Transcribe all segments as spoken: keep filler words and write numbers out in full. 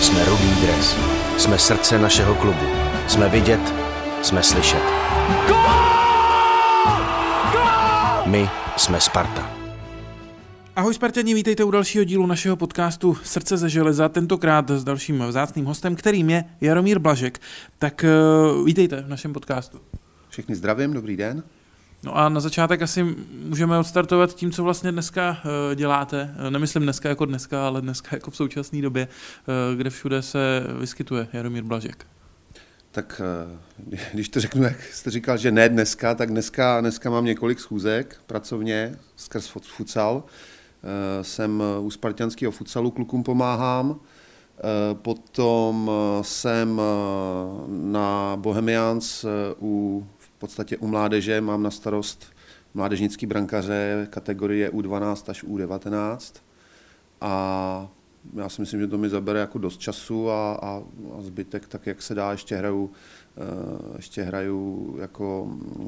Jsme Rudý dres. Jsme srdce našeho klubu. Jsme vidět, jsme slyšet. My jsme Sparta. Ahoj Sparťani, vítejte u dalšího dílu našeho podcastu Srdce ze železa, tentokrát s dalším vzácným hostem, kterým je Jaromír Blažek. Tak uh, vítejte v našem podcastu. Všechny zdravím, dobrý den. No a na začátek asi můžeme odstartovat tím, co vlastně dneska uh, děláte. Nemyslím dneska jako dneska, ale dneska jako v současné době, uh, kde všude se vyskytuje Jaromír Blažek. Tak uh, když to řeknu, jak jste říkal, že ne dneska, tak dneska, dneska mám několik schůzek pracovně skrz futsal. Uh, jsem u spartanského futsalu, klukům pomáhám. Uh, potom uh, jsem uh, na Bohemians uh, u v podstatě u mládeže, mám na starost mládežnický brankaře kategorie U dvanáct až U devatenáct a já si myslím, že to mi zabere jako dost času a, a, a zbytek tak, jak se dá, ještě hraju, ještě hraju jako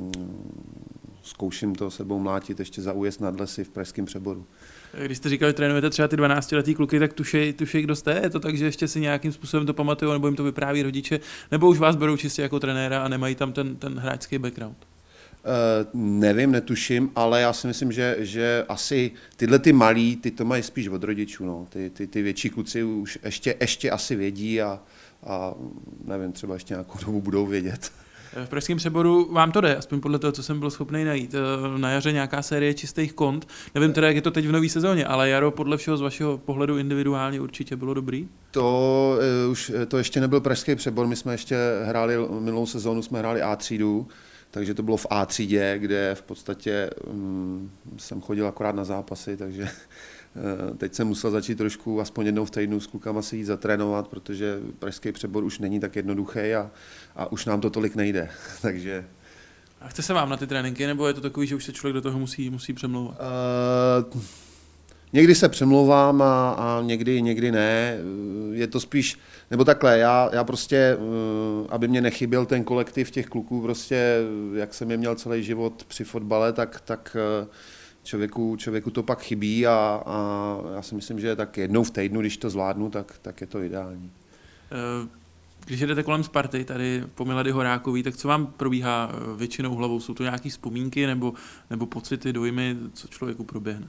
zkouším to sebou mlátit ještě za újezd nad lesy v pražském Přeboru. Když jste říkali, že trénujete třeba ty dvanáctiletý kluky, tak tušej, tušej, kdo jste? Je to tak, že ještě si nějakým způsobem to pamatují, nebo jim to vypráví rodiče, nebo už vás berou čistě jako trenéra a nemají tam ten, ten hráčský background? Uh, nevím, netuším, ale já si myslím, že, že asi tyhle ty malí, ty to mají spíš od rodičů. No. Ty, ty, ty větší kluci už ještě, ještě asi vědí a, a nevím, třeba ještě nějakou dobu budou vědět. V pražském Přeboru vám to jde, aspoň podle toho, co jsem byl schopný najít. Na jaře nějaká série čistých kont. Nevím teda, jak je to teď v nové sezóně, ale jaro podle všeho z vašeho pohledu individuálně určitě bylo dobrý? To, už, to ještě nebyl pražský Přebor, my jsme ještě hráli, minulou sezónu jsme hráli A třídu, takže to bylo v A třídě, kde v podstatě um, jsem chodil akorát na zápasy, takže uh, teď jsem musel začít trošku aspoň jednou v týdnu s klukama se jít zatrénovat, protože pražský Přebor už není tak jednoduchý a, a už nám to tolik nejde, takže... A chce se vám na ty tréninky, nebo je to takový, že už se člověk do toho musí, musí přemlouvat? Uh, Někdy se přemlouvám a, a někdy, někdy ne. Je to spíš, nebo takhle, já, já prostě, aby mě nechyběl ten kolektiv těch kluků, prostě, jak jsem je měl celý život při fotbale, tak, tak člověku, člověku to pak chybí a, a já si myslím, že tak jednou v týdnu, když to zvládnu, tak, tak je to ideální. Když jedete kolem Sparty, tady po Milady Horákový, tak co vám probíhá většinou hlavou? Jsou to nějaké vzpomínky nebo, nebo pocity, dojmy, co člověku proběhne?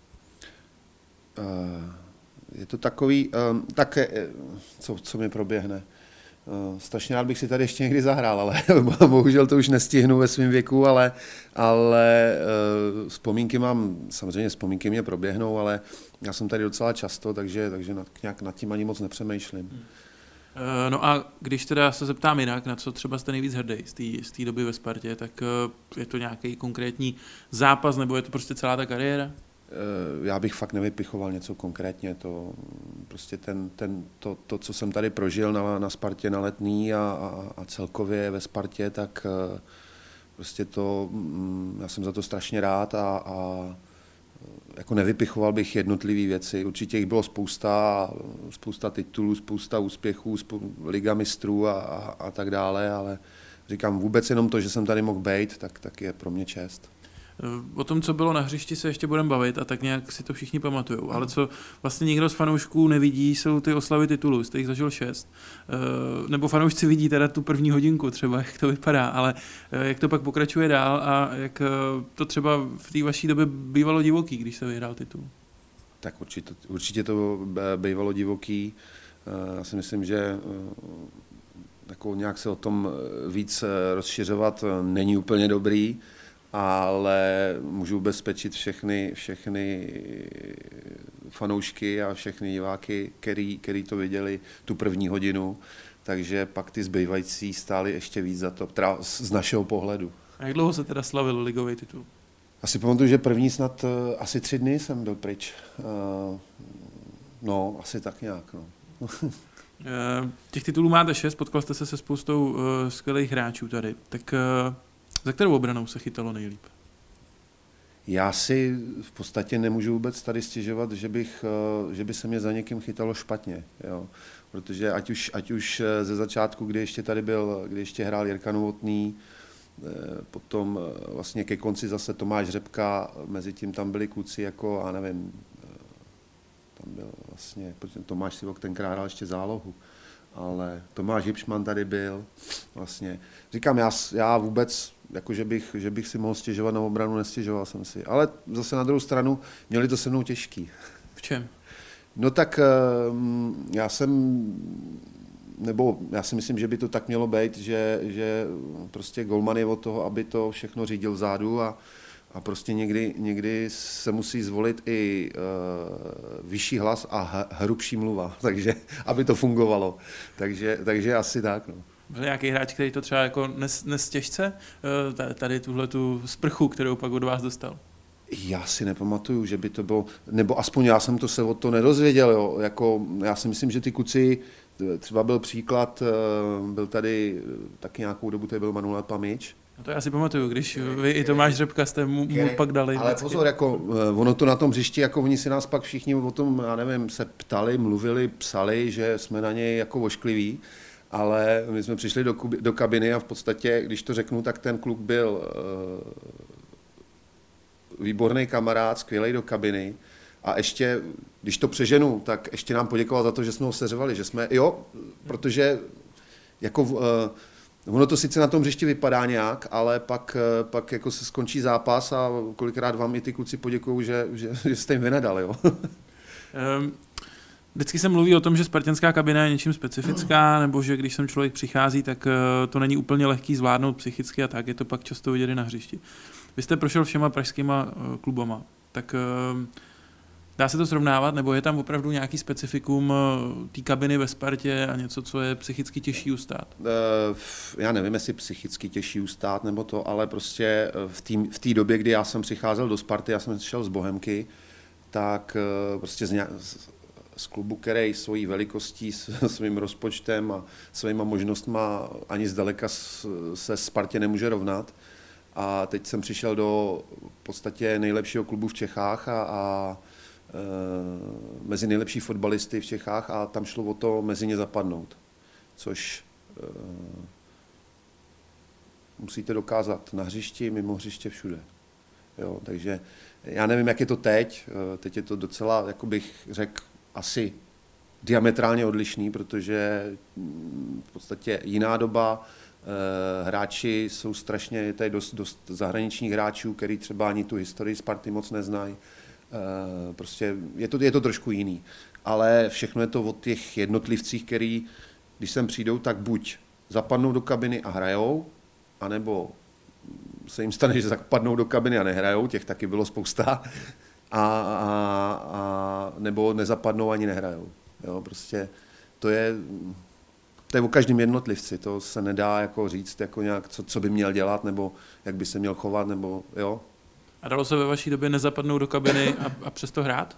Je to takový, tak co, co mi proběhne. Strašně rád bych si tady ještě někdy zahrál, ale bohužel to už nestihnu ve svém věku, ale, ale vzpomínky mám, samozřejmě vzpomínky mě proběhnou, ale já jsem tady docela často, takže, takže nad, nějak nad tím ani moc nepřemýšlím. Hmm. No a když teda se zeptám jinak, na co třeba jste nejvíc hrdý z té doby ve Spartě, tak je to nějaký konkrétní zápas, nebo je to prostě celá ta kariéra? Já bych fakt nevypichoval něco konkrétně, to, prostě ten, ten, to, to, co jsem tady prožil na, na Spartě na Letný a, a, a celkově ve Spartě, tak prostě to, já jsem za to strašně rád a, a jako nevypichoval bych jednotlivé věci. Určitě jich bylo spousta, spousta titulů, spousta úspěchů, spou- Liga mistrů a, a, a tak dále, ale říkám vůbec jenom to, že jsem tady mohl být, tak, tak je pro mě čest. O tom, co bylo na hřišti, se ještě budeme bavit a tak nějak si to všichni pamatujou. Ale co vlastně nikdo z fanoušků nevidí, jsou ty oslavy titulů. Jste jich zažil šest. Nebo fanoušci vidí teda tu první hodinku třeba, jak to vypadá, ale jak to pak pokračuje dál a jak to třeba v té vaší době bývalo divoký, když se vyhrál titul? Tak určitě, určitě to bývalo divoký. Já si myslím, že jako nějak se o tom víc rozšiřovat není úplně dobrý, ale můžu bezpečit všechny, všechny fanoušky a všechny diváky, který, který to viděli tu první hodinu, takže pak ty zbývající stály ještě víc za to, teda z našeho pohledu. A jak dlouho se teda slavil ligový titul? Asi pamatuju, že první snad asi tři dny jsem byl pryč. No, asi tak nějak, no. Těch titulů máte šest, potkal jste se se spoustou skvělých hráčů tady, tak za kterou obranou se chytalo nejlíp? Já si v podstatě nemůžu vůbec tady stěžovat, že, bych, že by se mě za někým chytalo špatně. Jo. Protože ať už, ať už ze začátku, kdy ještě tady byl, kdy ještě hrál Jirka Novotný, potom vlastně ke konci zase Tomáš Řepka, mezi tím tam byli kluci jako, já nevím, tam byl vlastně, protože Tomáš Sivok tenkrát hrál ještě zálohu, ale Tomáš Hipšman tady byl vlastně. Říkám, já, já vůbec, jako že bych, že bych si mohl stěžovat na obranu, nestěžoval jsem si, ale zase na druhou stranu měli to se mnou těžký. V čem? No tak já jsem, nebo já si myslím, že by to tak mělo být, že, že prostě golman je od toho, aby to všechno řídil vzadu a, a prostě někdy, někdy se musí zvolit i uh, vyšší hlas a hrubší mluva, takže aby to fungovalo. Takže, takže asi tak. No. Byl nějaký hráč, který to třeba jako nes, nes těžce, tady tuhle tu sprchu, kterou pak od vás dostal? Já si nepamatuju, že by to bylo, nebo aspoň já jsem to se od toho nedozvěděl, jo. Jako, já si myslím, že ty kluci, třeba byl příklad, byl tady taky nějakou dobu, tady byl Manuel Pamič. No to já si pamatuju, když vy i Tomáš Řepka jste mu, mu pak dali. Ale vždycky. Pozor, jako, ono to na tom hřišti, jako oni si nás pak všichni o tom, já nevím, se ptali, mluvili, psali, že jsme na něj jako oškliví, ale my jsme přišli do, do kabiny a v podstatě, když to řeknu, tak ten kluk byl výborný kamarád, skvělej do kabiny a ještě, když to přeženu, tak ještě nám poděkoval za to, že jsme ho seřvali, že jsme, jo, protože jako uh, ono to sice na tom hřišti vypadá nějak, ale pak, uh, pak jako se skončí zápas a kolikrát vám i ty kluci poděkují, že, že, že jste jim vynadali, jo. um. Vždycky se mluví o tom, že spartanská kabina je něčím specifická, nebo že když sem člověk přichází, tak to není úplně lehký zvládnout psychicky a tak, je to pak často vidět i na hřišti. Vy jste prošel všema pražskýma klubama, tak dá se to srovnávat, nebo je tam opravdu nějaký specifikum té kabiny ve Spartě a něco, co je psychicky těžší ustát? Já nevím, jestli psychicky těžší ustát nebo to, ale prostě v té době, kdy já jsem přicházel do Sparty, já jsem šel z Bohemky, tak prostě z, nějak, z klubu, který svojí velikostí, svým rozpočtem a svýma možnostma ani zdaleka se Spartě nemůže rovnat. A teď jsem přišel do v podstatě nejlepšího klubu v Čechách a, a e, mezi nejlepší fotbalisty v Čechách a tam šlo o to mezi ně zapadnout, což e, musíte dokázat na hřišti, mimo hřiště, všude. Jo, takže já nevím, jak je to teď, teď je to docela, jako bych řekl, asi diametrálně odlišný, protože v podstatě jiná doba, hráči jsou strašně, je tady dost, dost zahraničních hráčů, který třeba ani tu historii Sparty moc neznají. Prostě je to, je to trošku jiný. Ale všechno je to od těch jednotlivcích, který, když sem přijdou, tak buď zapadnou do kabiny a hrajou, anebo se jim stane, že zapadnou do kabiny a nehrajou, těch taky bylo spousta, a, a, a nebo nezapadnou ani nehrajou. Jo, prostě to je... To je o každém jednotlivci, to se nedá jako říct, jako nějak, co, co by měl dělat, nebo jak by se měl chovat, nebo jo. A dalo se ve vaší době nezapadnout do kabiny a, a přesto hrát?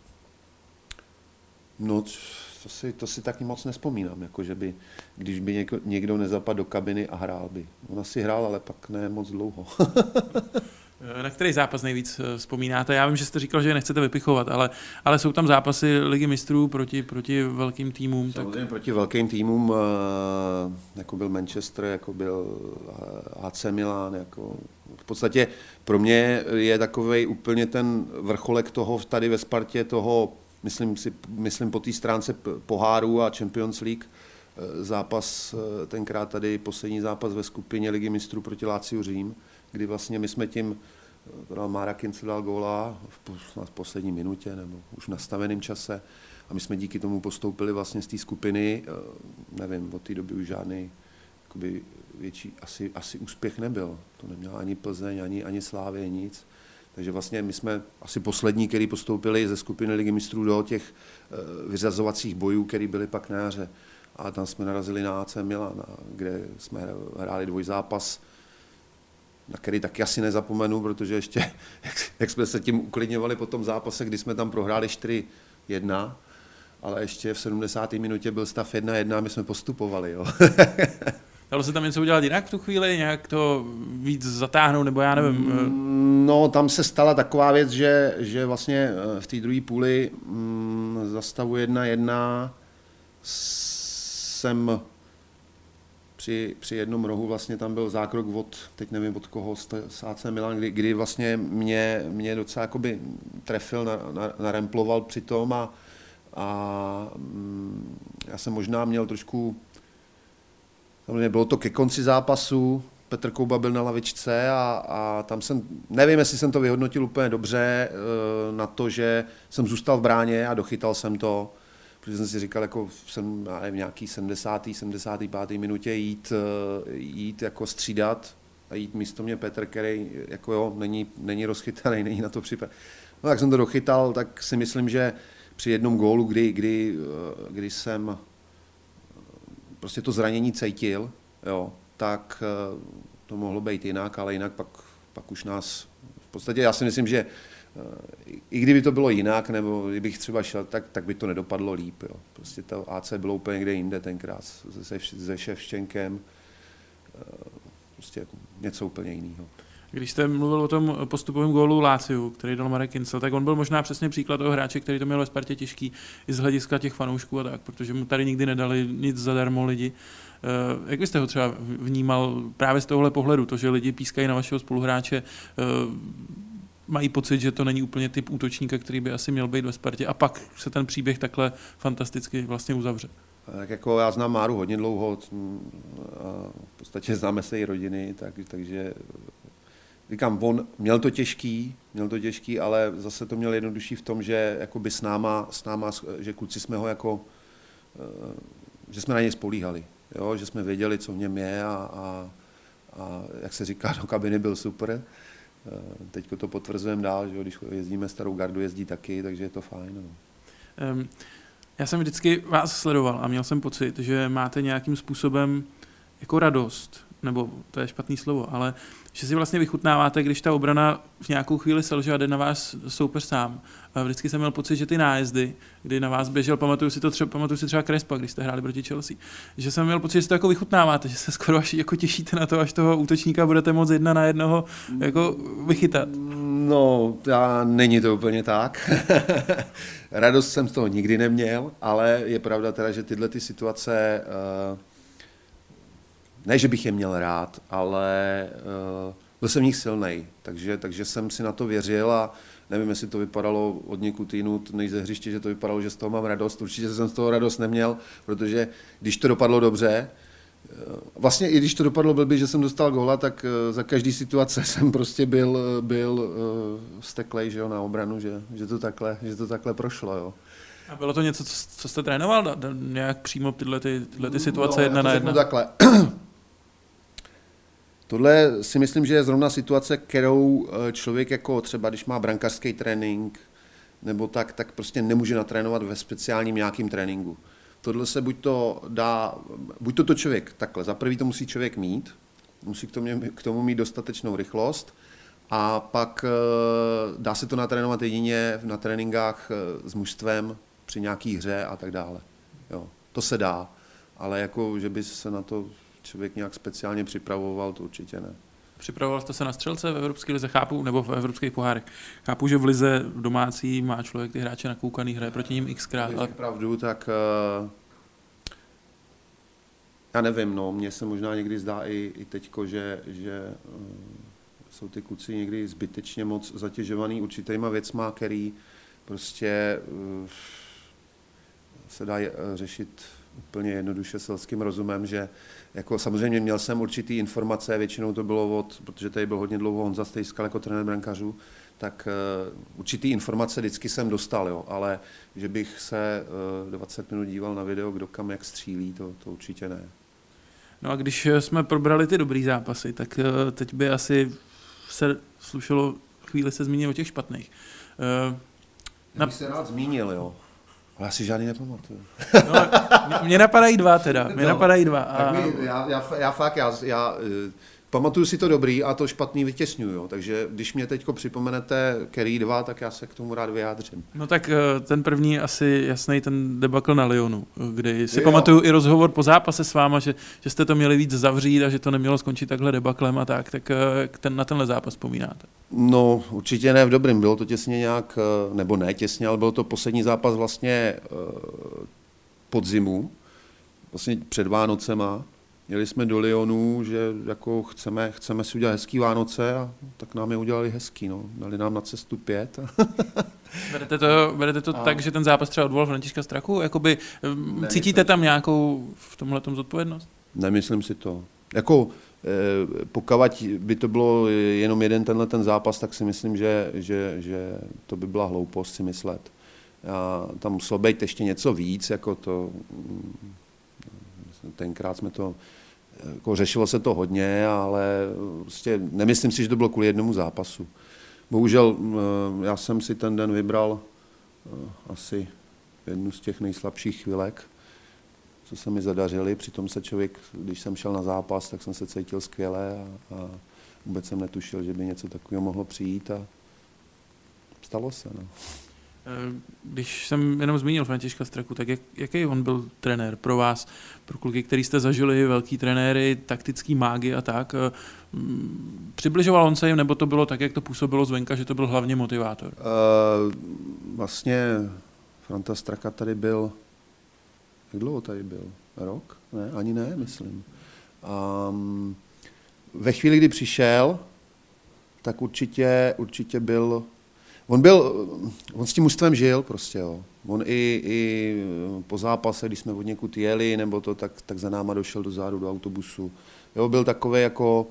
No, to si, to si taky moc nespomínám, jako že by, když by někdo, někdo nezapadl do kabiny a hrál by. On asi hrál, ale pak ne moc dlouho. Na který zápas nejvíc vzpomínáte? Já vím, že jste říkal, že je nechcete vypichovat, ale, ale jsou tam zápasy Ligy mistrů proti, proti velkým týmům. Samozřejmě tak... proti velkým týmům, jako byl Manchester, jako byl A C Milan. Jako v podstatě pro mě je takovej úplně ten vrcholek toho tady ve Spartě, toho, myslím, si, myslím po té stránce poháru a Champions League, zápas, tenkrát tady poslední zápas ve skupině Ligy mistrů proti Láciu Řím, kdy vlastně my jsme tím, Mára Kince dal góla v poslední minutě nebo už v nastaveném čase a my jsme díky tomu postoupili vlastně z té skupiny, nevím, od té doby už žádný jakoby větší, asi, asi úspěch nebyl, to neměla ani Plzeň, ani, ani Slávie, nic. Takže vlastně my jsme asi poslední, který postoupili ze skupiny Ligy mistrů do těch vyřazovacích bojů, které byly pak na jaře. A tam jsme narazili na A C Milan, kde jsme hráli dvojzápas, na který taky asi nezapomenu, protože ještě, jak, jak jsme se tím uklidňovali po tom zápase, kdy jsme tam prohráli čtyři jedna, ale ještě v sedmdesáté minutě byl stav jedna jedna a my jsme postupovali. Jo. Dalo se tam něco udělat jinak v tu chvíli, nějak to víc zatáhnout, nebo já nevím? No, tam se stala taková věc, že, že vlastně v té druhé půli mm, za stavu jedna jedna jsem při, při jednom rohu vlastně tam byl zákrok od, teď nevím od koho, z A C Milan, kdy, kdy vlastně mě, mě docela jakoby trefil, na, na, naremploval při tom a, a mm, já jsem možná měl trošku, samozřejmě bylo to ke konci zápasu, Petr Kouba byl na lavičce a, a tam jsem, nevím, jestli jsem to vyhodnotil úplně dobře na to, že jsem zůstal v bráně a dochytal jsem to, protože jsem si říkal, jako jsem v nějaký sedmdesáté sedmdesáté páté minutě jít, jít jako střídat a jít místo mě Petr, který jako jo, není, není rozchytaný, není na to připravený. No tak jsem to dochytal, tak si myslím, že při jednom gólu, kdy, kdy, kdy jsem prostě to zranění cítil, jo, tak to mohlo být jinak, ale jinak pak, pak už nás, v podstatě já si myslím, že i kdyby to bylo jinak, nebo kdybych třeba šel, tak, tak by to nedopadlo líp. Jo. Prostě to A C bylo úplně někde jinde tenkrát, se, se Ševčenkem, prostě jako něco úplně jiného. Když jste mluvil o tom postupovém gólu Láciu, který dal Marek Kincl, tak on byl možná přesně příklad toho hráče, který to měl ve Spartě těžký i z hlediska těch fanoušků a tak, protože mu tady nikdy nedali nic zadarmo lidi. Jak byste ho třeba vnímal právě z tohohle pohledu, to, že lidi pískají na vašeho spoluhráče, mají pocit, že to není úplně typ útočníka, který by asi měl být ve Spartě a pak se ten příběh takhle fantasticky vlastně uzavře? Tak jako já znám Máru hodně dlouho, v podstatě známe se i rodiny, tak, takže říkám, on měl to těžký, měl to těžký, ale zase to měl jednodušší v tom, že jakoby s náma, s náma, že kluci jsme ho jako, že jsme na něj spolíhali, jo? Že jsme věděli, co v něm je a, a, a jak se říká, do kabiny byl super. Teďko to potvrzujeme dál, že když jezdíme starou gardu, jezdí taky, takže je to fajn. No. Um, já jsem vždycky vás sledoval a měl jsem pocit, že máte nějakým způsobem jako radost, nebo to je špatný slovo, ale že si vlastně vychutnáváte, když ta obrana v nějakou chvíli selže a jde na vás soupeř sám. A vždycky jsem měl pocit, že ty nájezdy, kdy na vás běžel, pamatuju si to třeba, pamatuju si třeba Crespa, když jste hráli proti Chelsea, že jsem měl pocit, že si to jako vychutnáváte, že se skoro až jako těšíte na to, až toho útočníka budete moct jedna na jednoho jako vychytat. No, já, není to úplně tak. Radost jsem z toho nikdy neměl, ale je pravda teda, že tyhle ty situace, ne, že bych je měl rád, ale byl jsem v nich silnej, takže, takže jsem si na to věřil a nevím, jestli to vypadalo od někud jinut než ze hřiště, že to vypadalo, že z toho mám radost. Určitě jsem z toho radost neměl, protože když to dopadlo dobře, vlastně i když to dopadlo blbě, že jsem dostal góla, tak za každý situace jsem prostě byl, byl vzteklej, že jo, na obranu, že, že, to takhle, že to takhle prošlo. Jo. A bylo to něco, co jste trénoval? Nějak přímo tyhle, ty, tyhle ty situace no, jedna na jedna? Takhle. Tohle si myslím, že je zrovna situace, kterou člověk jako třeba, když má brankářský trénink, nebo tak, tak prostě nemůže natrénovat ve speciálním nějakým tréninku. Tohle se buď to dá, buď to, to člověk takhle, za prvý to musí člověk mít, musí k tomu, k tomu mít dostatečnou rychlost a pak dá se to natrénovat jedině na tréninkách s mužstvem při nějaký hře a tak dále. Jo, to se dá, ale jako, že by se na to člověk nějak speciálně připravoval, to určitě ne. Připravoval jste se na střelce v Evropské lize, chápu, nebo v evropských pohárech? Chápu, že v lize domácí má člověk ty hráče nakoukaný, hraje proti ním xkrát. Ale pravdu, tak uh, já nevím, no, mně se možná někdy zdá i, i teďko, že, že uh, jsou ty kluci někdy zbytečně moc zatěžovaný určitýma věcma, který prostě uh, se dají uh, řešit úplně jednoduše selským rozumem, že jako samozřejmě měl jsem určitý informace, většinou to bylo od, protože tady byl hodně dlouho Honza Stejskal jako trenér brankářů, tak uh, určitý informace vždycky jsem dostal, jo, ale že bych se uh, dvacet minut díval na video, kdo kam jak střílí, to, to určitě ne. No a když jsme probrali ty dobrý zápasy, tak uh, teď by asi se slušelo chvíli se zmínit o těch špatných. Uh, Já bych na... se rád zmínil, jo. Ale já si žádný nepamatuju. No, mě napadají dva teda, mě no, napadají dva. A... Tak my, já, já, já fakt, já, já uh, pamatuju si to dobrý a to špatný vytěsňuju, jo. Takže když mě teďko připomenete Kerry dva, tak já se k tomu rád vyjádřím. No tak uh, ten první asi jasný, ten debakl na Lyonu, kdy si jo. pamatuju i rozhovor po zápase s váma, že, že jste to měli víc zavřít a že to nemělo skončit takhle debaklem a tak, tak uh, ten, na tenhle zápas vzpomínáte? No, určitě ne v dobrým, bylo to těsně nějak, nebo ne těsně, ale byl to poslední zápas vlastně uh, podzimu, vlastně před Vánocema. Jeli jsme do Lyonu, že jako chceme, chceme si udělat hezký Vánoce a tak nám je udělali hezký, no. Dali nám na cestu pět. Berete to, berete to a... tak, že ten zápas třeba odvolal Františka Strachu? Jakoby, cítíte tam nějakou v tomhletom zodpovědnost? Nemyslím si to. Jako, eh, pokud by to bylo jenom jeden tenhle ten zápas, tak si myslím, že, že, že to by byla hloupost si myslet. A tam muselo být ještě něco víc, jako to, tenkrát jsme to, jako řešilo se to hodně, ale prostě nemyslím si, že to bylo kvůli jednomu zápasu. Bohužel já jsem si ten den vybral asi jednu z těch nejslabších chvilek, co se mi zadařily. Přitom se člověk, když jsem šel na zápas, tak jsem se cítil skvěle a, a vůbec jsem netušil, že by něco takového mohlo přijít a stalo se. No. Když jsem jenom zmínil Františka Strachu, tak jak, jaký on byl trenér pro vás, pro kluky, který jste zažili, velký trenéry, taktický mágy a tak? Přibližoval on se jim, nebo to bylo tak, jak to působilo zvenka, že to byl hlavně motivátor? Uh, vlastně Franta Stracha tady byl, jak dlouho tady byl? Rok? Ne, ani ne, myslím. Um, ve chvíli, kdy přišel, tak určitě, určitě byl On byl, on s tím mužstvem žil prostě, jo. On i, i po zápase, když jsme od někud jeli, nebo to, tak, tak za náma došel do zádu, do autobusu. Jo, byl takový jako,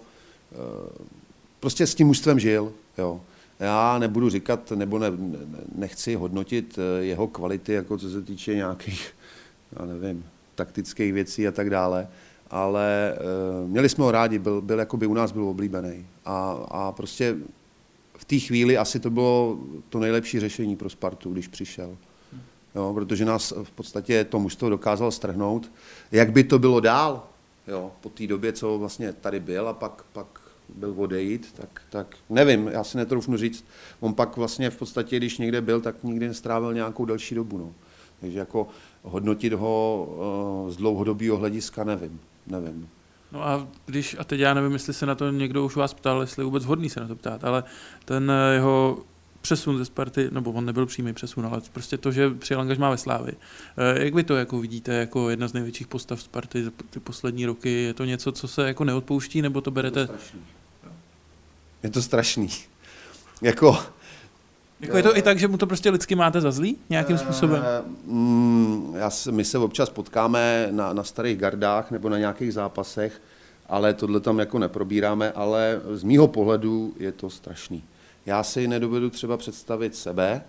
prostě s tím mužstvem žil, jo. Já nebudu říkat, nebo ne, nechci hodnotit jeho kvality, jako co se týče nějakých, já nevím, taktických věcí a tak dále, ale měli jsme ho rádi, byl, byl jakoby u nás byl oblíbený. A, a prostě v té chvíli asi to bylo to nejlepší řešení pro Spartu, když přišel. Jo, protože nás v podstatě to mužstvo dokázal strhnout. Jak by to bylo dál, jo, po té době, co vlastně tady byl a pak, pak byl odejít, tak, tak nevím, já si netroufnu říct. On pak vlastně v podstatě, když někde byl, tak nikdy nestrávil nějakou delší dobu. No. Takže jako hodnotit ho uh, z dlouhodobého hlediska nevím, nevím. No a když, a teď já nevím, jestli se na to někdo už vás ptal, jestli je vůbec vhodný se na to ptát, ale ten jeho přesun ze Sparty, nebo on nebyl přímý přesun, ale prostě to, že přijel angažmá ve Slávii. Jak vy to jako vidíte jako jedna z největších postav Sparty za ty poslední roky? Je to něco, co se jako neodpouští, nebo to berete? Je to strašný. Je to strašný. Jako... Jako je to i tak, že mu to prostě lidsky máte za zlý nějakým způsobem? Mm, já se, my se občas potkáme na, na starých gardách nebo na nějakých zápasech, ale tohle tam jako neprobíráme, ale z mýho pohledu je to strašný. Já si nedovedu třeba představit sebe,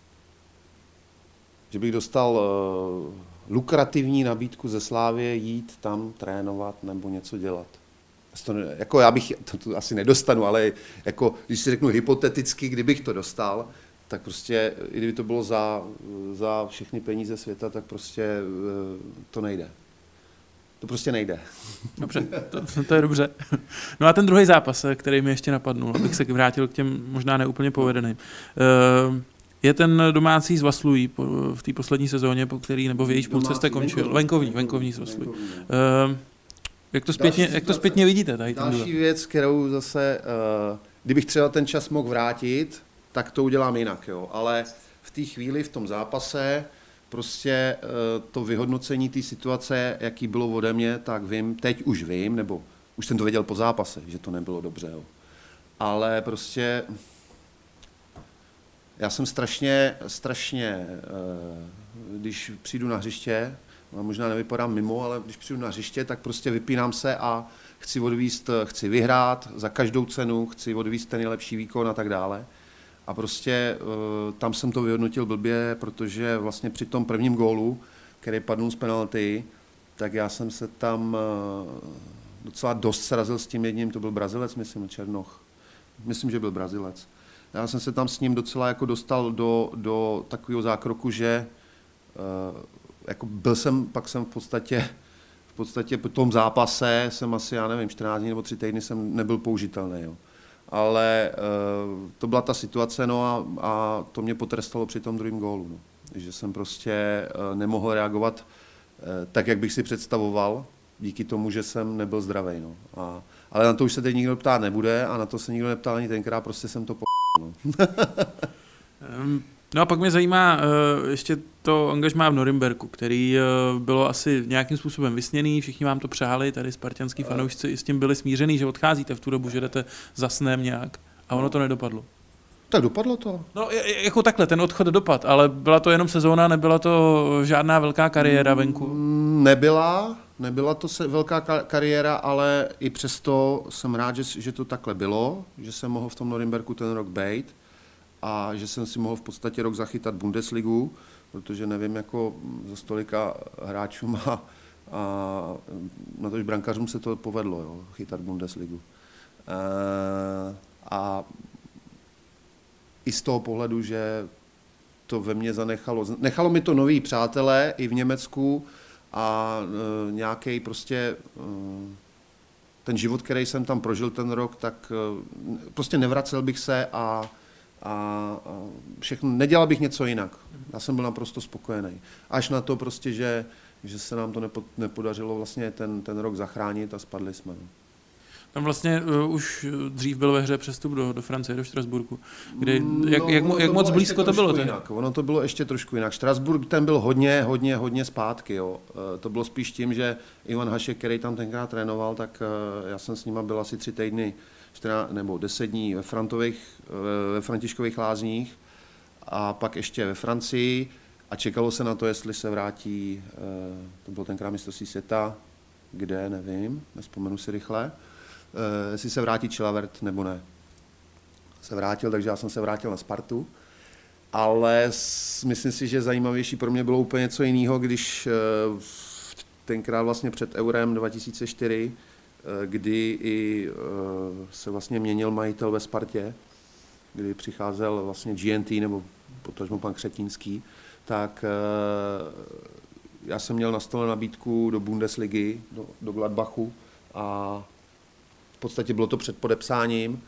že bych dostal uh, lukrativní nabídku ze Slávie jít tam trénovat nebo něco dělat. To, jako já bych to, to asi nedostanu, ale jako, když si řeknu hypoteticky, kdybych to dostal, tak prostě, i kdyby to bylo za, za všechny peníze světa, tak prostě to nejde. To prostě nejde. Dobře, to, to je dobře. No a ten druhý zápas, který mi ještě napadnul, abych se vrátil k těm možná neúplně povedeným. Je ten domácí z Vaslují v té poslední sezóně, po který, nebo v jejíž půlce jste končil. Venkovní, venkovní z Vaslují. Jak to zpětně, další, jak to zpětně vidíte? Tady další věc, kterou zase, uh, kdybych třeba ten čas mohl vrátit, tak to udělám jinak, jo. Ale v té chvíli, v tom zápase, prostě uh, to vyhodnocení té situace, jaký bylo ode mě, tak vím, teď už vím, nebo už jsem to věděl po zápase, že to nebylo dobře, jo. Ale prostě já jsem strašně, strašně, uh, když přijdu na hřiště, možná nevypadám mimo, ale když přijdu na hřiště, tak prostě vypínám se a chci odvíst, chci vyhrát za každou cenu, chci odvíst ten nejlepší výkon a tak dále. A prostě tam jsem to vyhodnotil blbě, protože vlastně při tom prvním gólu, který padnul z penalty, tak já jsem se tam docela dost srazil s tím jedním, to byl Brazilec, myslím, Černoch. Myslím, že byl Brazilec. Já jsem se tam s ním docela jako dostal do, do takového zákroku, že jako byl jsem, pak jsem v podstatě, v podstatě po tom zápase jsem asi, já nevím, čtrnáct dní nebo tři týdny jsem nebyl použitelný, jo. Ale uh, to byla ta situace, no a, a to mě potrestalo při tom druhém gólu, no. Že jsem prostě uh, nemohl reagovat uh, tak, jak bych si představoval, díky tomu, že jsem nebyl zdravý, no. A, ale na to už se teď nikdo ptát nebude a na to se nikdo neptal ani tenkrát, prostě jsem to po***, no. um. No a pak mě zajímá uh, ještě to angažmá v Norimberku, který uh, bylo asi nějakým způsobem vysněný, všichni vám to přáli, tady spartanský fanoušci i s tím byli smířený, že odcházíte v tu dobu, že jdete za snem nějak a ono to nedopadlo. Tak dopadlo to. No jako takhle, ten odchod dopad, ale byla to jenom sezóna, nebyla to žádná velká kariéra venku? Nebyla, nebyla to se velká kariéra, ale i přesto jsem rád, že, že to takhle bylo, že jsem mohl v tom Norimberku ten rok bejt a že jsem si mohl v podstatě rok zachytat Bundesligu, protože nevím, jako za stolika hráčům a, a na tož brankářům se to povedlo, jo, chytat Bundesligu. E, a i z toho pohledu, že to ve mně zanechalo. Nechalo mi to noví přátelé i v Německu a e, nějaký prostě e, ten život, který jsem tam prožil ten rok, tak e, prostě nevracel bych se a, a, a všechno, nedělal bych něco jinak. Já jsem byl naprosto spokojený. Až na to prostě, že, že se nám to nepo, nepodařilo vlastně ten, ten rok zachránit a spadli jsme. Tam vlastně uh, už dřív byl ve hře přestup do, do Francie, do Štrasburku. Kde, jak, no, jak, jak moc blízko to bylo? Jinak. Ono to bylo ještě trošku jinak. Štrasburk ten byl hodně, hodně, hodně zpátky. Jo. To bylo spíš tím, že Ivan Hašek, který tam tenkrát trénoval, tak já jsem s nima byl asi tři týdny, čtyři, nebo deset dní ve, Frantových, ve Františkových Lázních a pak ještě ve Francii a čekalo se na to, jestli se vrátí, to bylo tenkrát mistrovství světa, kde, nevím, nespomenu si rychle, Uh, jestli se vrátí Chilavert nebo ne. Se vrátil, takže já jsem se vrátil na Spartu, ale s, myslím si, že zajímavější pro mě bylo úplně něco jiného, když uh, tenkrát vlastně před Eurem dva tisíce čtyři, uh, kdy i uh, se vlastně měnil majitel ve Spartě, kdy přicházel vlastně G N T nebo potažmo pan Křetínský, tak uh, já jsem měl na stole nabídku do Bundesligy, do, do Gladbachu a v podstatě bylo to před podepsáním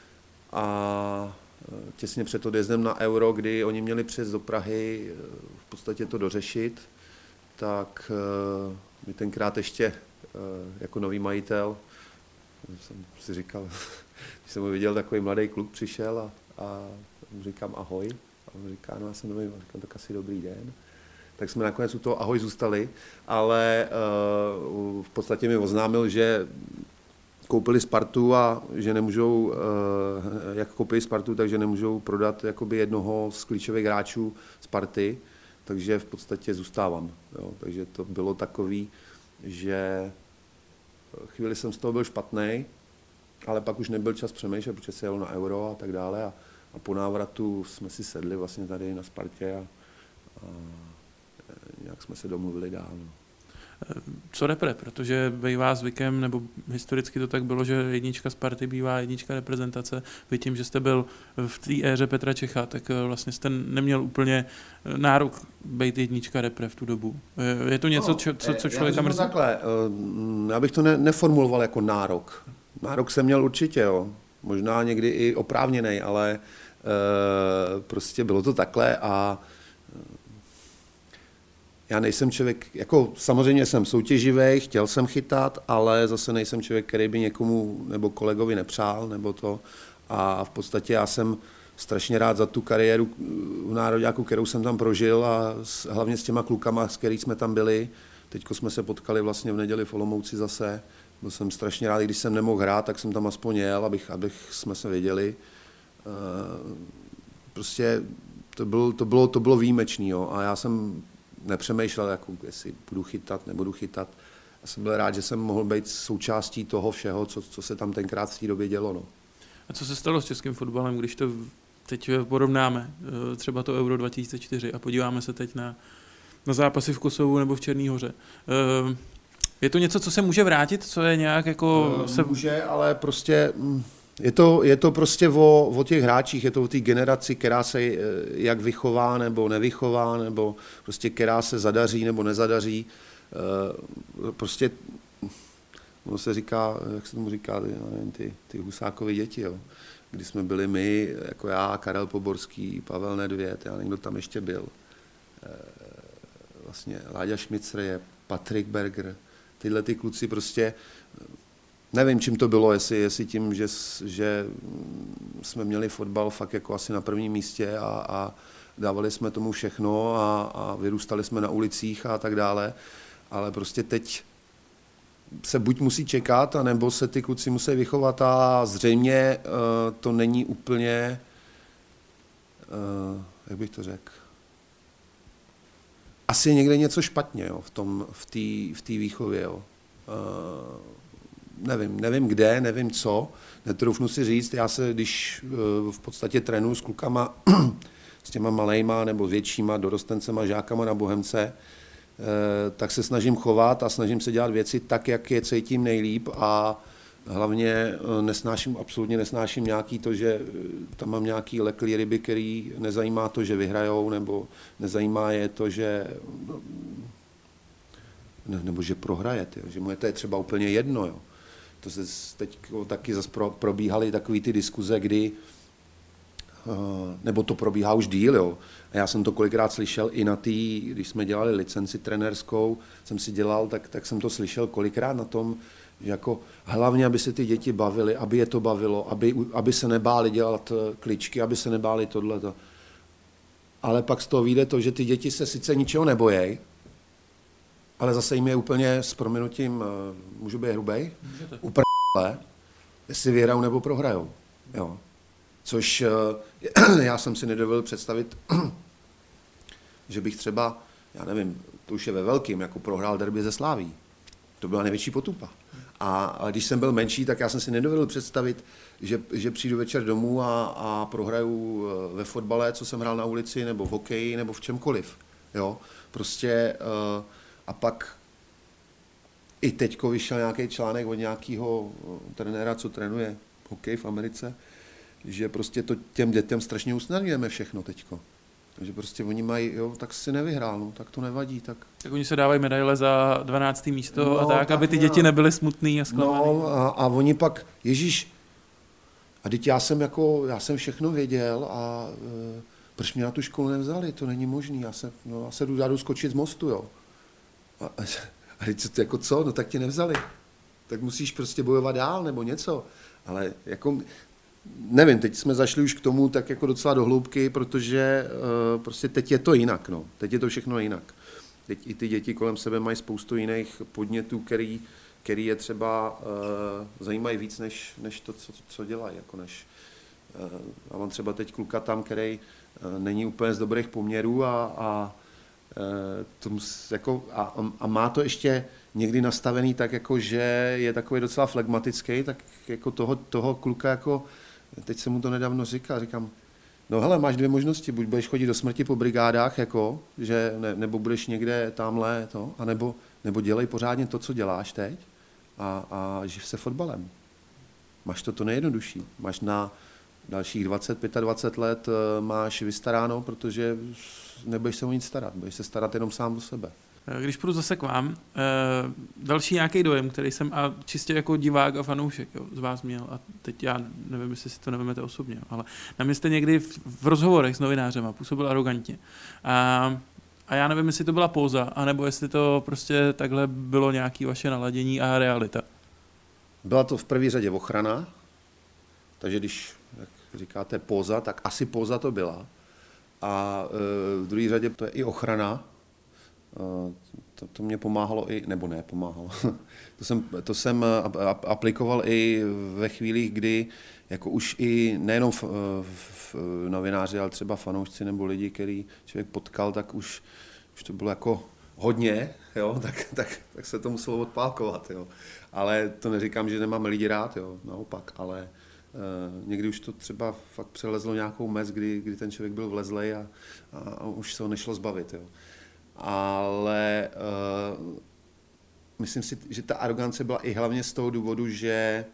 a těsně před odjezdem na Euro, kdy oni měli přijet do Prahy v podstatě to dořešit, tak mi tenkrát ještě jako nový majitel, jsem si říkal, když jsem ho viděl, takový mladý kluk přišel a, a říkám ahoj. A on říká, no já jsem nový, říkám, tak asi dobrý den. Tak jsme nakonec u toho ahoj zůstali, ale uh, v podstatě mi oznámil, že koupili Spartu a že nemůžou, jak koupili Spartu, takže nemůžou prodat jakoby jednoho z klíčových hráčů Sparty, takže v podstatě zůstávám. Jo. Takže to bylo takový, že chvíli jsem z toho byl špatný, ale pak už nebyl čas přemýšlet, protože se jelo na Euro a tak dále a, a po návratu jsme si sedli vlastně tady na Spartě a, a nějak jsme se domluvili dál. No. Co repre, protože bývá zvykem, nebo historicky to tak bylo, že jednička Sparty bývá jednička reprezentace. Vy tím, že jste byl v té éře Petra Čecha, tak vlastně jste neměl úplně nárok být jednička repre v tu dobu. Je to něco, no, co, co člověka já mrzí? Takhle, já bych to ne, neformuloval jako nárok. Nárok jsem měl určitě, jo. Možná někdy i oprávněnej, ale e, prostě bylo to takhle a já nejsem člověk, jako samozřejmě jsem soutěživý, chtěl jsem chytat, ale zase nejsem člověk, který by někomu nebo kolegovi nepřál, nebo to. A v podstatě já jsem strašně rád za tu kariéru v nároďáku, kterou jsem tam prožil a s, hlavně s těma klukama, s kterými jsme tam byli. Teďko jsme se potkali vlastně v neděli v Olomouci zase. Byl jsem strašně rád, když jsem nemohl hrát, tak jsem tam aspoň jel, abych, abych jsme se viděli. Prostě to bylo, to bylo, to bylo výjimečný, jo. A já jsem nepřemýšlel, jako jestli budu chytat, nebudu chytat. Já jsem byl rád, že jsem mohl být součástí toho všeho, co, co se tam tenkrát v té době dělo. No. A co se stalo s českým fotbalem, když to teď porovnáme, třeba to Euro dva tisíce čtyři a podíváme se teď na, na zápasy v Kosovu nebo v Černý Hoře. Je to něco, co se může vrátit, co je nějak jako... Se... Se... Může, ale prostě... Je to, je to prostě o, o těch hráčích, je to o té generaci, která se jak vychová nebo nevychová, nebo prostě která se zadaří nebo nezadaří. Prostě, ono se říká, jak se tomu říká, nevím, ty, ty Husákovy děti, jo. Kdy jsme byli my, jako já, Karel Poborský, Pavel Nedvěd, já někdo tam ještě byl. Vlastně Láďa Šmicr je, Patrik Berger, tyhle ty kluci prostě... Nevím, čím to bylo, jestli, jestli tím, že, že jsme měli fotbal fakt jako asi na prvním místě a, a dávali jsme tomu všechno a, a vyrůstali jsme na ulicích a tak dále, ale prostě teď se buď musí čekat, anebo se ty kluci musí vychovat a zřejmě uh, to není úplně uh, jak bych to řekl, asi je někde něco špatně, jo, v tom, v té v té výchově, jo. Uh, nevím, nevím kde, nevím co, netroufnu si říct, já se, když uh, v podstatě trénuju s klukama, s těma malejma nebo většíma dorostencema, žákama na Bohemce, uh, tak se snažím chovat a snažím se dělat věci tak, jak je cítím nejlíp a hlavně nesnáším, absolutně nesnáším nějaký to, že tam mám nějaký leklý ryby, který nezajímá to, že vyhrajou, nebo nezajímá je to, že ne, nebo že prohraje, tyjo, že mu je to je třeba úplně jedno. Jo. To se teď taky zase pro, probíhaly takové ty diskuze, kdy nebo to probíhá už díl, jo. A já jsem to kolikrát slyšel i na té, když jsme dělali licenci trenérskou, jsem si dělal, tak, tak jsem to slyšel kolikrát na tom, že jako hlavně, aby se ty děti bavily, aby je to bavilo, aby, aby se nebáli dělat kličky, aby se nebáli tohleto. Ale pak z toho vyjde to, že ty děti se sice ničeho nebojí, ale zase jim je úplně s prominutím, můžu být hrubej, úplně jestli vyhrajou nebo prohrajou. Jo. Což já jsem si nedovedl představit, že bych třeba, já nevím, to už je ve velkým, jako prohrál derby ze Sláví. To byla největší potupa. A, a když jsem byl menší, tak já jsem si nedovedl představit, že, že přijdu večer domů a, a prohraju ve fotbale, co jsem hrál na ulici, nebo v hokeji, nebo v čemkoliv. Jo? Prostě uh, a pak i teďko vyšel nějaký článek od nějakého trenéra, co trénuje hokej v Americe, že prostě to těm dětem strašně usnadňujeme všechno teďko. Takže prostě oni mají, jo, tak si nevyhrál, no, tak to nevadí. Tak, tak oni se dávají medaile za dvanácté místo no, a tak, tak, aby ty děti nebyly smutný a zklamaný. No a, a oni pak, Ježíš, a teď já jsem jako, já jsem všechno věděl a e, proč mě na tu školu nevzali, to není možný, já se, no, já se jdu, já jdu skočit z mostu, jo. A, a, a teď jako co, no tak tě nevzali. Tak musíš prostě bojovat dál nebo něco, ale jako... Nevím, teď jsme zašli už k tomu tak jako docela do hloubky, protože uh, prostě teď je to jinak, no. Teď je to všechno jinak. Teď i ty děti kolem sebe mají spoustu jiných podnětů, který, který je třeba uh, zajímají víc, než, než to, co, co dělají. Jako než, uh, a mám třeba teď kluka tam, který uh, není úplně z dobrých poměrů a, a, uh, tomu, jako, a, a má to ještě někdy nastavený tak, jako, že je takový docela flegmatický, tak jako toho, toho kluka jako teď jsem mu to nedávno říkal, říkám, no hele, máš dvě možnosti, buď budeš chodit do smrti po brigádách, jako, že ne, nebo budeš někde tamhle, to, anebo, nebo dělej pořádně to, co děláš teď a, a živ se fotbalem. Máš to to nejjednodušší. Máš na dalších dvacet, dvacet pět let máš vystaráno, protože nebudeš se o nic starat, budeš se starat jenom sám o sebe. Když půjdu zase k vám, další nějaký dojem, který jsem a čistě jako divák a fanoušek jo, z vás měl, a teď já nevím, jestli si to nevemete osobně, ale na mě jste někdy v, v rozhovorech s novinářema působil arrogantně. A, a já nevím, jestli to byla póza, anebo jestli to prostě takhle bylo nějaké vaše naladění a realita. Byla to v první řadě ochrana, takže když, jak říkáte, póza, tak asi póza to byla. A v druhé řadě to je i ochrana. To, to mě pomáhalo i, nebo ne, pomáhalo. to, jsem, to jsem aplikoval i ve chvílích, kdy jako už i nejenom v, v, v novináři, ale třeba fanoušci nebo lidi, který člověk potkal, tak už, už to bylo jako hodně, jo? Tak, tak, tak se to muselo odpálkovat. Jo? Ale to neříkám, že nemáme lidi rád, jo? Naopak, ale uh, někdy už to třeba fakt přelezlo nějakou mez, kdy, kdy ten člověk byl vlezlej a, a, a už se ho nešlo zbavit. Jo? Ale uh, myslím si, že ta arogance byla i hlavně z toho důvodu, že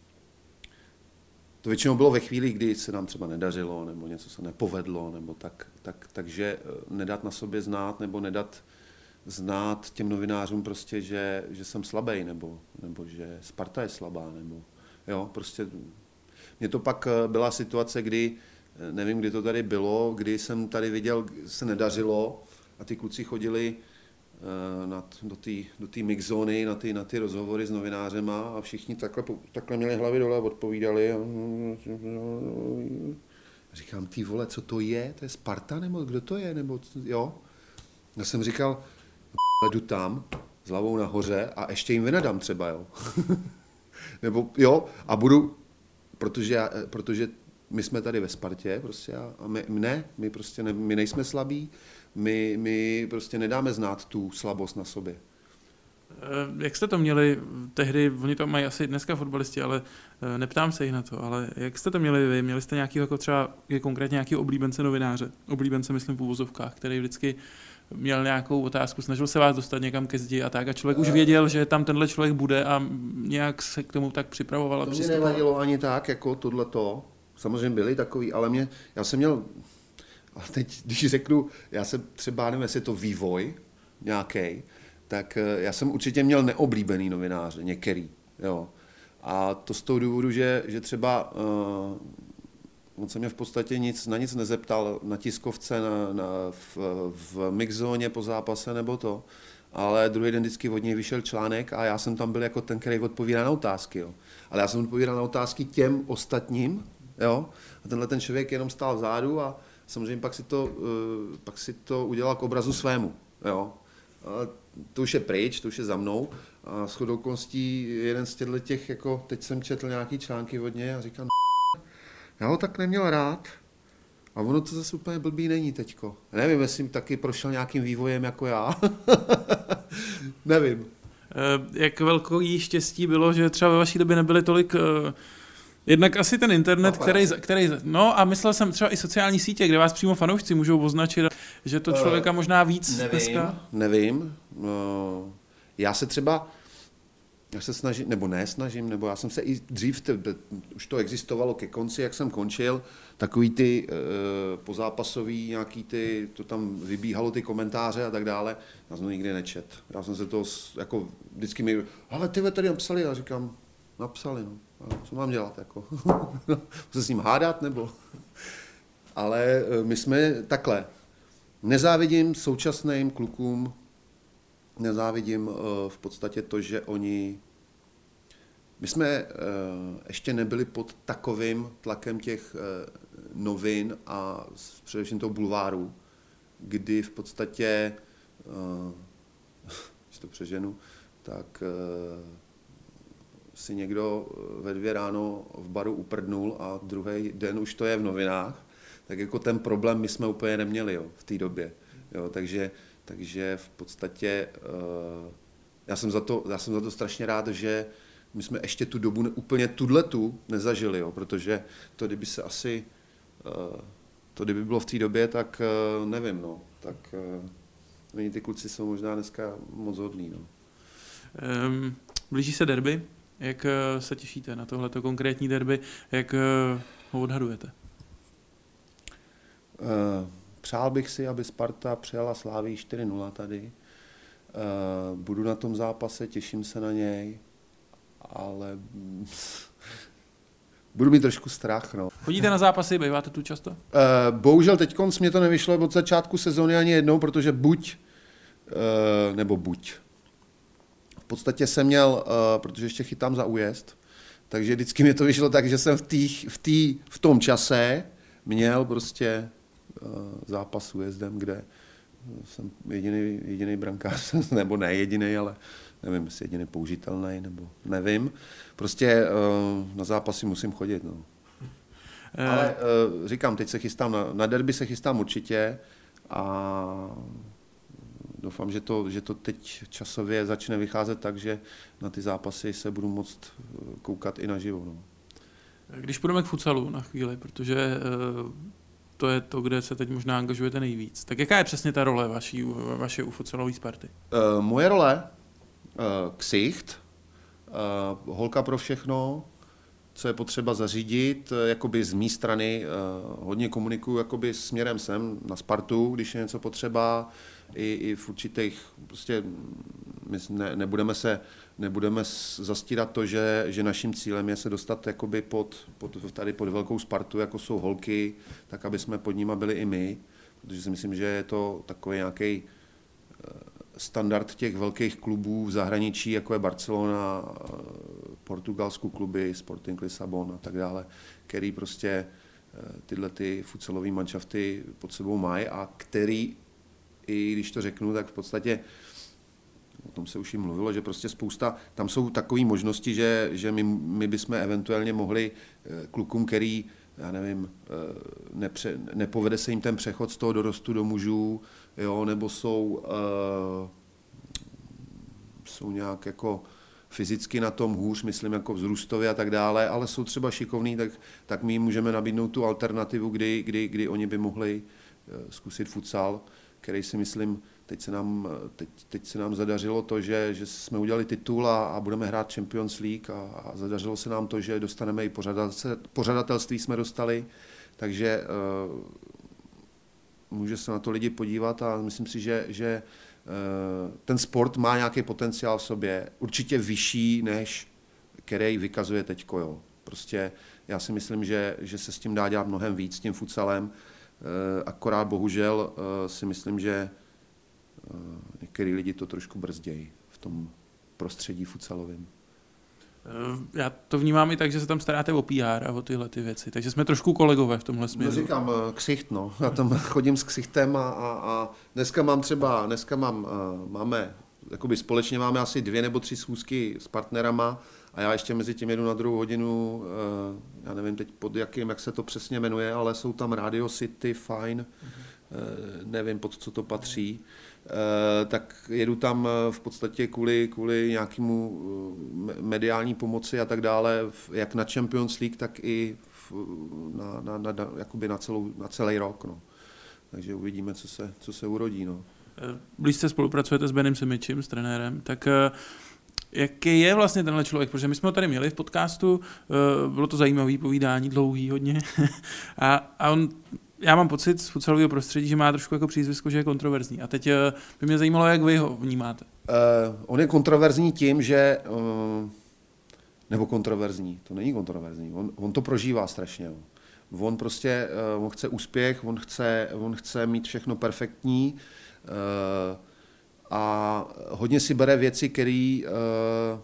to většinou bylo ve chvíli, kdy se nám třeba nedařilo, nebo něco se nepovedlo, nebo tak, tak, takže nedat na sobě znát, nebo nedat znát těm novinářům prostě, že, že jsem slabý, nebo, nebo že Sparta je slabá, nebo jo, prostě. Mně to pak byla situace, kdy, nevím, kdy to tady bylo, kdy jsem tady viděl, se nedařilo, a ty kluci chodili uh, na, do té do té mixzóny, na ty, na ty rozhovory s novinářema a všichni takhle, takhle měli hlavy dole a odpovídali. A říkám, ty vole, co to je? To je Sparta? Nebo kdo to je? Nebo, jo? Já jsem říkal, jdu tam s hlavou nahoře a ještě jim vynadám třeba, jo? Nebo jo, a budu, protože, já, protože my jsme tady ve Spartě prostě a, a my ne, my prostě ne, my nejsme slabí, my, my prostě nedáme znát tu slabost na sobě. Jak jste to měli tehdy, oni to mají asi dneska fotbalisti, ale neptám se jich na to, ale jak jste to měli vy? Měli jste nějaký jako třeba konkrétně nějaký oblíbence novináře, oblíbence myslím v uvozovkách, který vždycky měl nějakou otázku, snažil se vás dostat někam ke zdi a tak a člověk už věděl, že tam tenhle člověk bude a nějak se k tomu tak připravoval a to mě nevadilo ani tak, jako tohleto. Samozřejmě byli takový, ale mě, já jsem měl, a teď když řeknu, já jsem třeba, nevím, jestli je to vývoj nějaký, tak já jsem určitě měl neoblíbený novináře, některý, jo. A to z toho důvodu, že, že třeba uh, on se mě v podstatě nic, na nic nezeptal na tiskovce, na, na, v, v mixzóně po zápase nebo to, ale druhý den vždycky od něj vyšel článek a já jsem tam byl jako ten, který odpovídá na otázky, jo. Ale já jsem odpovídal na otázky těm ostatním, jo. A tenhle ten člověk jenom stál vzadu a samozřejmě pak si to, uh, pak si to udělal k obrazu svému, jo. A to už je pryč, to už je za mnou a shodou okolností jeden z těchto těch, jako teď jsem četl nějaký články od něj a říkám, já ho tak neměl rád a ono to zase úplně blbý není teďko. Nevím, jestli taky prošel nějakým vývojem jako já. Nevím. Jak velký štěstí bylo, že třeba ve vaší době nebyly tolik... Jednak asi ten internet, který, který... No a myslel jsem třeba i sociální sítě, kde vás přímo fanoušci můžou označit, že to člověka možná víc nevím, dneska... Nevím. No, já se třeba... Já se snažím, nebo ne snažím, nebo já jsem se i dřív, te, už to existovalo ke konci, jak jsem končil, takový ty e, pozápasový, nějaký ty, to tam vybíhalo ty komentáře a tak dále, já jsem to nikdy nečet. Já jsem se to, jako vždycky mi, ale ty tady napsali, já říkám, napsali, no, a co mám dělat, jako, se s ním hádat, nebo, ale my jsme takhle, nezávidím současným klukům, nezávidím v podstatě to, že oni... My jsme ještě nebyli pod takovým tlakem těch novin a především toho bulváru, kdy v podstatě, když to přeženu, tak si někdo ve dvě ráno v baru uprdnul a druhý den už to je v novinách, tak jako ten problém my jsme úplně neměli, jo, v té době. Jo, takže Takže v podstatě uh, já jsem, za to, já jsem za to strašně rád, že my jsme ještě tu dobu ne, úplně tudletu nezažili, jo, protože to, kdyby se asi, uh, to kdyby bylo v té době, tak uh, nevím, no, tak uh, oni ty kluci jsou možná dneska moc hodný, no. Um, blíží se derby, jak uh, se těšíte na tohleto konkrétní derby, jak uh, ho odhadujete? Uh, Přál bych si, aby Sparta přijala Slávii čtyři nula tady. Budu na tom zápase, těším se na něj, ale budu mít trošku strach. No. Chodíte na zápasy, býváte tu často? Bohužel teď mě to nevyšlo od začátku sezóny ani jednou, protože buď, nebo buď. V podstatě jsem měl, protože ještě chytám za újezd, takže vždycky mi to vyšlo tak, že jsem v, tý, v, tý, v tom čase měl prostě zápas újezdem, kde jsem jediný, jediný brankář, nebo ne jediný, ale nevím, jestli jediný použitelný, nebo nevím. Prostě na zápasy musím chodit. No. E... Ale říkám, teď se chystám, na, na derby se chystám určitě a doufám, že to, že to teď časově začne vycházet tak, že na ty zápasy se budu moct koukat i naživo. No. Když půjdeme k futsalu na chvíli, protože to je to, kde se teď možná angažujete nejvíc. Tak jaká je přesně ta role vaší, vaše u futsalové Sparty? Uh, moje role? Uh, ksicht, uh, holka pro všechno, co je potřeba zařídit, uh, jakoby z mé strany uh, hodně komunikuju jakoby směrem sem na Spartu, když je něco potřeba, i, i v určitých, prostě my ne, nebudeme se nebudeme zastírat to, že, že naším cílem je se dostat jakoby pod, pod, tady pod velkou Spartu, jako jsou holky, tak aby jsme pod nima byli i my, protože si myslím, že je to takový nějaký standard těch velkých klubů v zahraničí, jako je Barcelona, portugalskou kluby, Sporting Lisabon a tak dále, který prostě tyhle ty futsalové manšafty pod sebou mají a který, i když to řeknu, tak v podstatě o tom se už jim mluvilo, že prostě spousta, tam jsou takové možnosti, že, že my, my bychom eventuálně mohli klukům, který já nevím, nepře, nepovede se jim ten přechod z toho dorostu do mužů, jo, nebo jsou, uh, jsou nějak jako fyzicky na tom hůř, myslím jako vzrůstově a tak dále, ale jsou třeba šikovní, tak, tak my jim můžeme nabídnout tu alternativu, kdy, kdy, kdy oni by mohli zkusit futsal, který si myslím, teď se nám, teď, teď se nám zadařilo to, že, že jsme udělali titul a, a budeme hrát Champions League a, a zadařilo se nám to, že dostaneme i pořadatelství jsme dostali, takže uh, může se na to lidi podívat a myslím si, že, že uh, ten sport má nějaký potenciál v sobě, určitě vyšší, než který vykazuje teďko. Jo. Prostě já si myslím, že, že se s tím dá dělat mnohem víc, s tím futsalem, uh, akorát bohužel uh, si myslím, že uh, některý lidi to trošku brzdějí v tom prostředí futsalovém. Já to vnímám i tak, že se tam staráte o P R a o tyhle ty věci, takže jsme trošku kolegové v tomhle směru. No říkám, ksicht, no. Já tam chodím s ksichtem a, a, a dneska mám třeba, dneska mám, máme, jakoby společně máme asi dvě nebo tři schůzky s partnerama a já ještě mezi tím jedu na druhou hodinu, já nevím teď pod jakým, jak se to přesně jmenuje, ale jsou tam Radio City, Fine, mm-hmm. nevím pod co to patří. Tak jedu tam v podstatě kvůli, kvůli nějakému mediální pomoci a tak dále, jak na Champions League, tak i v, na, na, na, jakoby na, celou, na celý rok. No. Takže uvidíme, co se, co se urodí. No. Blízce spolupracujete s Benem Simičem, s trenérem, tak jaký je vlastně tenhle člověk? Protože my jsme ho tady měli v podcastu, bylo to zajímavé povídání, dlouhý hodně, a, a on... Já mám pocit z futsalového prostředí, že má trošku jako přízvisko, že je kontroverzní. A teď by mě zajímalo, jak vy ho vnímáte. Uh, on je kontroverzní tím, že... Uh, nebo kontroverzní, to není kontroverzní. On, on to prožívá strašně. On prostě, uh, on chce úspěch, on chce, on chce mít všechno perfektní uh, a hodně si bere věci, které... Uh,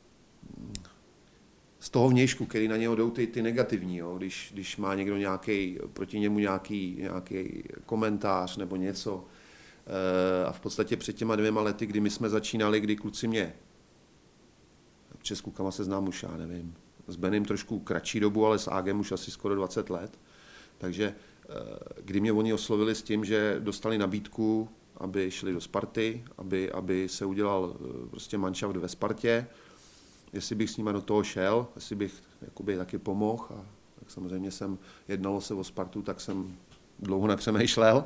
z toho vnějšku, který na něho jdou ty, ty negativní, jo? Když, když má někdo nějaký, proti němu nějaký, nějaký komentář nebo něco. E, a v podstatě před těma dvěma lety, kdy my jsme začínali, kdy kluci mě, protože s klukama se znám už, já nevím, s Benem trošku kratší dobu, ale s Ágem už asi skoro dvacet let. Takže e, kdy mě oni oslovili s tím, že dostali nabídku, aby šli do Sparty, aby, aby se udělal prostě manšaft ve Spartě, jestli bych s nima do toho šel, jestli bych jakoby taky pomohl. A tak samozřejmě jsem, jednalo se o Spartu, tak jsem dlouho nepřemýšlel.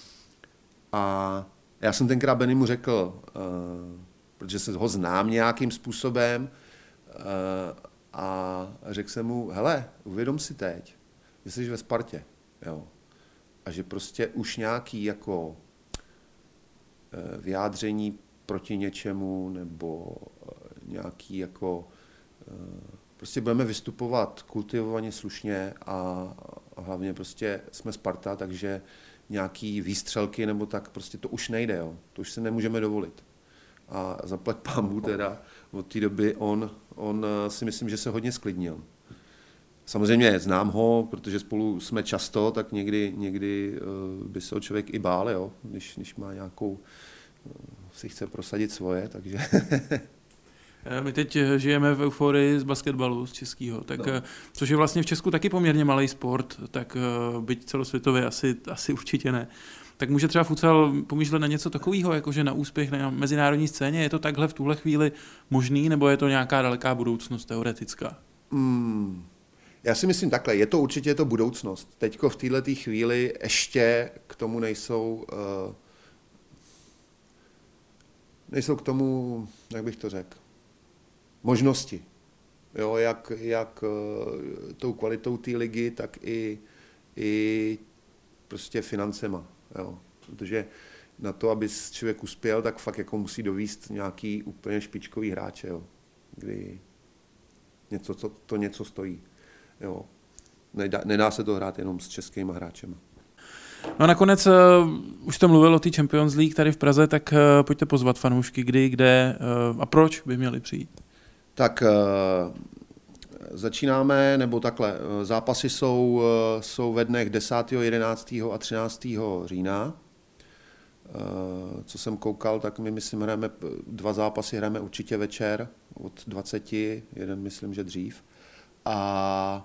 A já jsem tenkrát Bennymu řekl, uh, protože se ho znám nějakým způsobem, uh, a řekl jsem mu, hele, uvědom si teď, že jsi ve Spartě. Jo. A že prostě už nějaký jako uh, vyjádření proti něčemu nebo nějaký jako, prostě budeme vystupovat kultivovaně, slušně a hlavně prostě jsme Sparta, takže nějaký výstřelky nebo tak prostě to už nejde, jo. To už se nemůžeme dovolit. A zaplať pánbůh teda, od té doby on, on si myslím, že se hodně sklidnil. Samozřejmě znám ho, protože spolu jsme často, tak někdy, někdy by se o člověk i bál, jo, když, když má nějakou, si chce prosadit svoje, takže... My teď žijeme v euforii z basketbalu, z českého, tak, no. Což je vlastně v Česku taky poměrně malý sport, tak byť celosvětově asi, asi určitě ne. Tak může třeba futsal pomýšlet na něco takového, jakože na úspěch na mezinárodní scéně? Je to takhle v tuhle chvíli možný, nebo je to nějaká daleká budoucnost teoretická? Hmm. Já si myslím takhle, je to určitě je to budoucnost. Teďko v této chvíli ještě k tomu nejsou... Uh, nejsou k tomu, jak bych to řekl, možnosti. Jo, jak, jak uh, tou kvalitou té ligy, tak i, i prostě financema. Jo. Protože na to, aby člověk uspěl, tak fakt jako musí dovíst nějaký úplně špičkový hráče, jo. Kdy něco, to, to něco stojí. Jo. Nedá, nedá se to hrát jenom s českýma hráčema. No a nakonec, uh, už jste mluvil o té Champions League tady v Praze, tak uh, pojďte pozvat fanoušky, kdy, kde uh, a proč by měli přijít. Tak uh, začínáme, nebo takhle, zápasy jsou, uh, jsou ve dnech desátého, jedenáctého a třináctého října. Uh, co jsem koukal, tak my myslím hrajeme dva zápasy, hrajeme určitě večer od dvaceti, jeden myslím, že dřív. A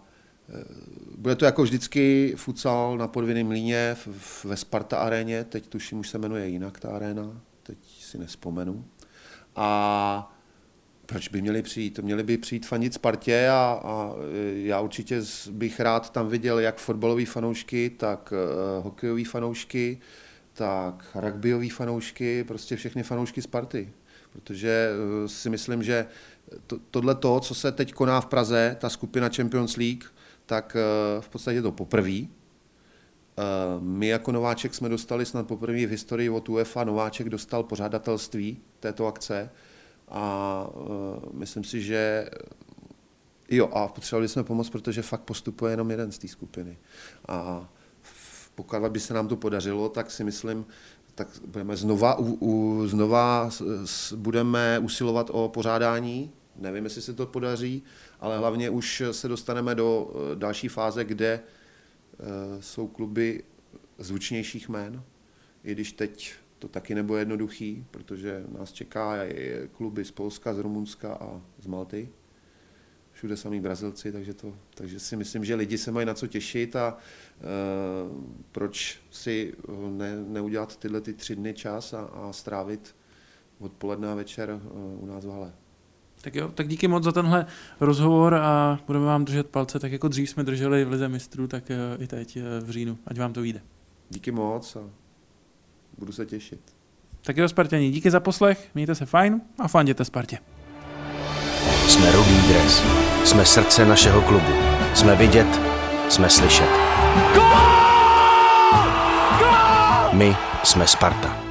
Bude to jako vždycky futsal na Podviném Mlýně ve Sparta aréně, teď tuším, už se jmenuje jinak ta aréna, teď si nevzpomenu. A proč by měli přijít? Měli by přijít fandit Spartě a, a já určitě bych rád tam viděl jak fotbalové fanoušky, tak uh, hokejové fanoušky, tak rugbyové fanoušky, prostě všechny fanoušky Sparty. Protože uh, si myslím, že to, tohle to, co se teď koná v Praze, ta skupina Champions League, tak uh, v podstatě to poprvé. Uh, my jako Nováček jsme dostali snad poprvé v historii od UEFA, Nováček dostal pořádatelství této akce. A uh, myslím si, že jo, a potřebovali jsme pomoc, protože fakt postupuje jenom jeden z té skupiny. A pokud by se nám to podařilo, tak si myslím, tak budeme znova, u, u, znova s, budeme usilovat o pořádání. Nevím, jestli se to podaří, ale hlavně už se dostaneme do uh, další fáze, kde uh, jsou kluby zvučnějších jmén, i když teď to taky nebude jednoduchý, protože nás čeká i kluby z Polska, z Rumunska a z Malty. Všude samý Brazilci, takže, to, takže si myslím, že lidi se mají na co těšit a uh, proč si ne, neudělat tyhle ty tři dny čas a, a strávit odpoledne a večer uh, u nás v hale. Tak jo, tak díky moc za tenhle rozhovor a budeme vám držet palce, tak jako dřív jsme drželi v Lize mistrů, tak uh, i teď uh, v říjnu, ať vám to vyjde. Díky moc a budu se těšit. Tak jo, Sparťani, díky za poslech, mějte se fajn a fanděte Spartě. Jsme Rudý dres, jsme srdce našeho klubu, jsme vidět, jsme slyšet. My jsme Sparta.